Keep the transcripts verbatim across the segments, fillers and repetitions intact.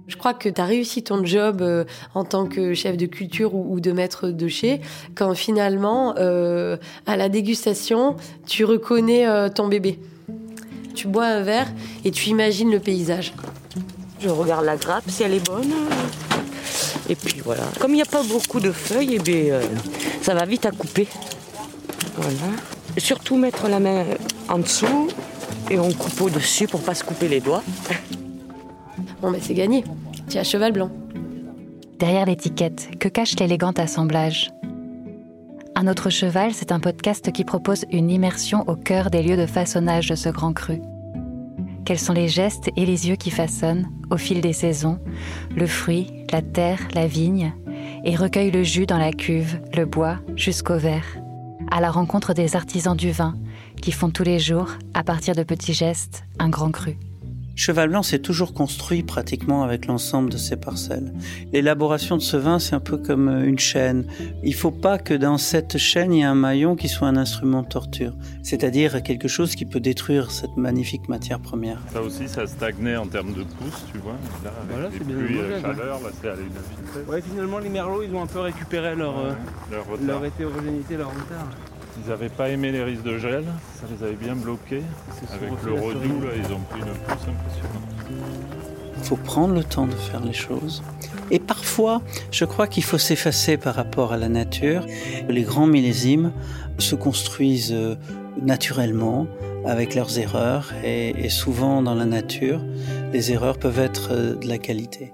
Je crois que tu as réussi ton job euh, en tant que chef de culture ou, ou de maître de chez, quand finalement, euh, à la dégustation, tu reconnais euh, ton bébé. Tu bois un verre et tu imagines le paysage. Je regarde la grappe, si elle est bonne. Et puis voilà. Comme il n'y a pas beaucoup de feuilles, eh bien, euh, ça va vite à couper. Voilà. Surtout mettre la main en dessous et on coupe au-dessus pour ne pas se couper les doigts. Bon, ben c'est gagné. Tu es à cheval blanc. Derrière l'étiquette, que cache l'élégant assemblage ? Un autre cheval, c'est un podcast qui propose une immersion au cœur des lieux de façonnage de ce grand cru. Quels sont les gestes et les yeux qui façonnent, au fil des saisons, le fruit, la terre, la vigne, et recueillent le jus dans la cuve, le bois, jusqu'au verre, à la rencontre des artisans du vin, qui font tous les jours, à partir de petits gestes, un grand cru. Cheval Blanc s'est toujours construit pratiquement avec l'ensemble de ses parcelles. L'élaboration de ce vin, c'est un peu comme une chaîne. Il ne faut pas que dans cette chaîne, il y ait un maillon qui soit un instrument de torture, c'est-à-dire quelque chose qui peut détruire cette magnifique matière première. Ça aussi, ça stagnait en termes de pousses, tu vois. Là, avec voilà, les c'est bien pluies et le la modèle, chaleur, là, c'est allé d'une vitesse. Ouais, finalement, les merlots, ils ont un peu récupéré leur, Ouais, euh, leur retard. leur hétérogénéité, leur retard. Ils n'avaient pas aimé les risques de gel, ça les avait bien bloqués. Avec le redoux, là, ils ont pris une pousse impressionnante. Il faut prendre le temps de faire les choses. Et parfois, je crois qu'il faut s'effacer par rapport à la nature. Les grands millésimes se construisent naturellement avec leurs erreurs. Et, et souvent, dans la nature, les erreurs peuvent être de la qualité.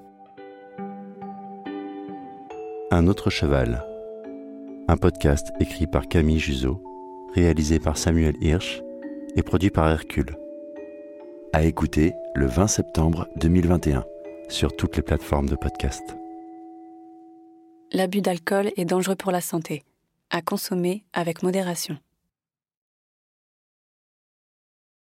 Un autre cheval. Un podcast écrit par Camille Juseau, réalisé par Samuel Hirsch et produit par Hercule. À écouter le vingt septembre deux mille vingt et un sur toutes les plateformes de podcast. L'abus d'alcool est dangereux pour la santé. À consommer avec modération.